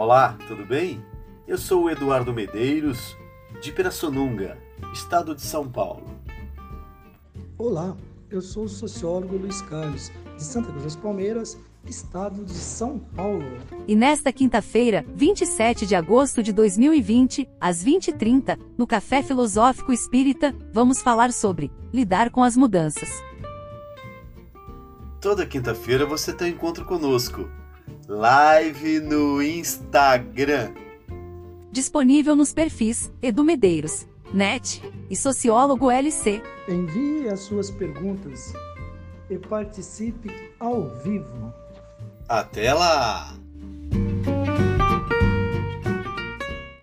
Olá, tudo bem? Eu sou o Eduardo Medeiros, de Pirassununga, estado de São Paulo. Olá, eu sou o sociólogo Luiz Carlos, de Santa Cruz das Palmeiras, estado de São Paulo. E nesta quinta-feira, 27 de agosto de 2020, às 20h30, no Café Filosófico Espírita, vamos falar sobre lidar com as mudanças. Toda quinta-feira você tem um encontro conosco. Live no Instagram. Disponível nos perfis Edu Medeiros, NET e Sociólogo LC. Envie as suas perguntas e participe ao vivo. Até lá!